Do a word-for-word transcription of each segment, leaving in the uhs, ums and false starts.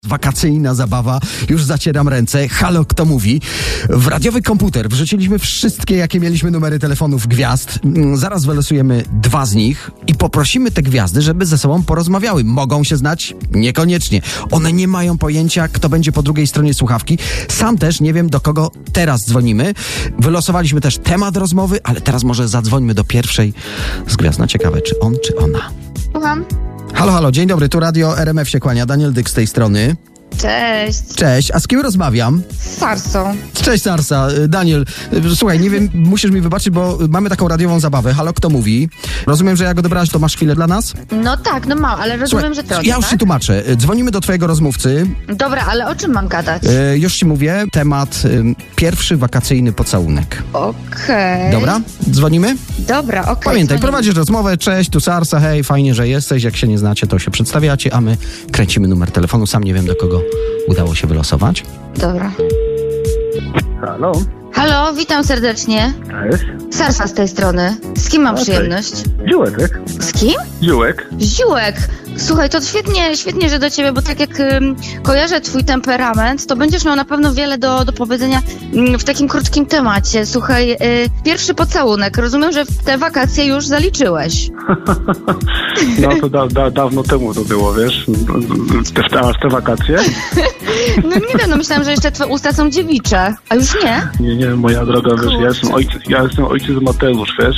Wakacyjna zabawa, już zacieram ręce. Halo, kto mówi? W radiowy komputer wrzuciliśmy wszystkie, jakie mieliśmy numery telefonów gwiazd. Zaraz wylosujemy dwa z nich i poprosimy te gwiazdy, żeby ze sobą porozmawiały. Mogą się znać? Niekoniecznie. One nie mają pojęcia, kto będzie po drugiej stronie słuchawki. Sam też nie wiem, do kogo teraz dzwonimy. Wylosowaliśmy też temat rozmowy, ale teraz może zadzwońmy do pierwszej z gwiazd. No ciekawe, czy on, czy ona. Słucham. Halo, halo, dzień dobry, tu Radio R M F się kłania, Daniel Dyk z tej strony. Cześć. Cześć, a z kim rozmawiam? Z Sarsą. Cześć Sarsa. Daniel, słuchaj, nie wiem, musisz mi wybaczyć, bo mamy taką radiową zabawę. Halo, kto mówi? Rozumiem, że jak go odebrałaś, to masz chwilę dla nas? No tak, no mam, ale rozumiem, Słuchaj, że trochę, ja już tak? ci tłumaczę. Dzwonimy do twojego rozmówcy. Dobra, ale o czym mam gadać? E, już ci mówię, temat y, pierwszy wakacyjny pocałunek. Okej. Dobra? Dzwonimy? Dobra, okej. Pamiętaj, dzwonimy. prowadzisz rozmowę. Cześć, tu Sarsa, hej, fajnie, że jesteś. Jak się nie znacie, to się przedstawiacie, a my kręcimy numer telefonu. Sam nie wiem, do kogo udało się wylosować. Dobra. Halo, Halo, witam serdecznie. cześć. Sarsa z tej strony. Z kim mam O, przyjemność? Ziółek. Z kim? Ziółek. Ziółek. Słuchaj, to świetnie, świetnie, że do ciebie, bo tak jak ym, kojarzę twój temperament, to będziesz miał na pewno wiele do, do powiedzenia ym, w takim krótkim temacie. Słuchaj, y, pierwszy pocałunek. Rozumiem, że w te wakacje już zaliczyłeś. No to da, da, dawno temu to było, wiesz? Te, te, te wakacje? No nie wiem, no myślałam, że jeszcze twoje usta są dziewicze. A już nie? Nie, nie, moja droga, wiesz, ja jestem ojciec, ja jestem ojciec Mateusz, wiesz?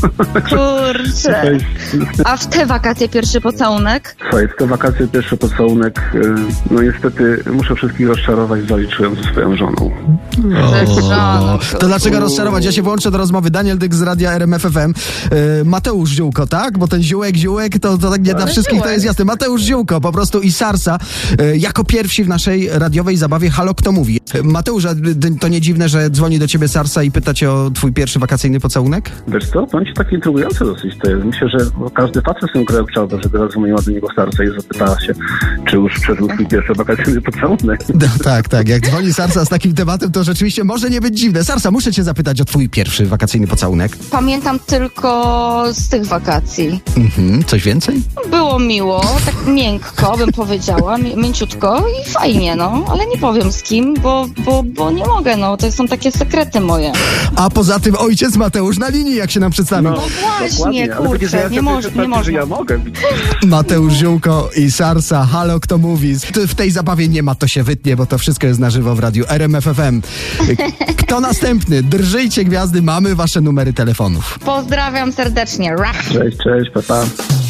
Kurczę. A w te wakacje pierwszy pocałunek? Słuchaj, w te wakacje pierwszy pocałunek, y, no niestety muszę wszystkich rozczarować, zaliczyłem ze swoją żoną. żoną, To dlaczego rozczarować? Ja się włączę do rozmowy. Daniel Dyk z Radia R M F F M. E, Mateusz Ziółko, tak? Bo ten ziółek, ziółek, to, to tak nie dla Ale wszystkich to ziółek. jest jasne. Mateusz Ziółko, po prostu i Sarsa. E, jako pierwsi w naszej radiowej zabawie Halo, kto mówi? E, Mateusz, a d- to nie dziwne, że dzwoni do ciebie Sarsa i pyta cię o twój pierwszy wakacyjny pocałunek? Wiesz co, to będzie takie intrygujące dosyć to jest. Myślę, że każdy facet w tym kraju chciałby, żeby zadzwoniła do niego starca i zapytała się, czy już przeżył swój pierwszy wakacyjny pocałunek. No, tak, tak. Jak dzwoni Sarsa z takim tematem, to rzeczywiście może nie być dziwne. Sarsa, muszę cię zapytać o twój pierwszy wakacyjny pocałunek. Pamiętam tylko z tych wakacji. Mhm. Coś więcej? Było miło, tak miękko bym powiedziała, mi- mięciutko i fajnie, no. Ale nie powiem z kim, bo, bo, bo nie mogę, no. To są takie sekrety moje. A poza tym ojciec Mateusz na linii, jak się nam przedstawił. No właśnie, dokładnie, ale kurczę, widzisz, ja nie sobie moż- przedstawię, nie można. że ja mogę być. Mateusz Ziółko i Sarsa. Halo, kto mówi? W- W tej zabawie nie ma, to się wytnie, bo to wszystko jest na żywo w radiu R M F F M. Kto następny? Drżyjcie gwiazdy, mamy wasze numery telefonów. Pozdrawiam serdecznie. Rach. Cześć, cześć, pa, pa.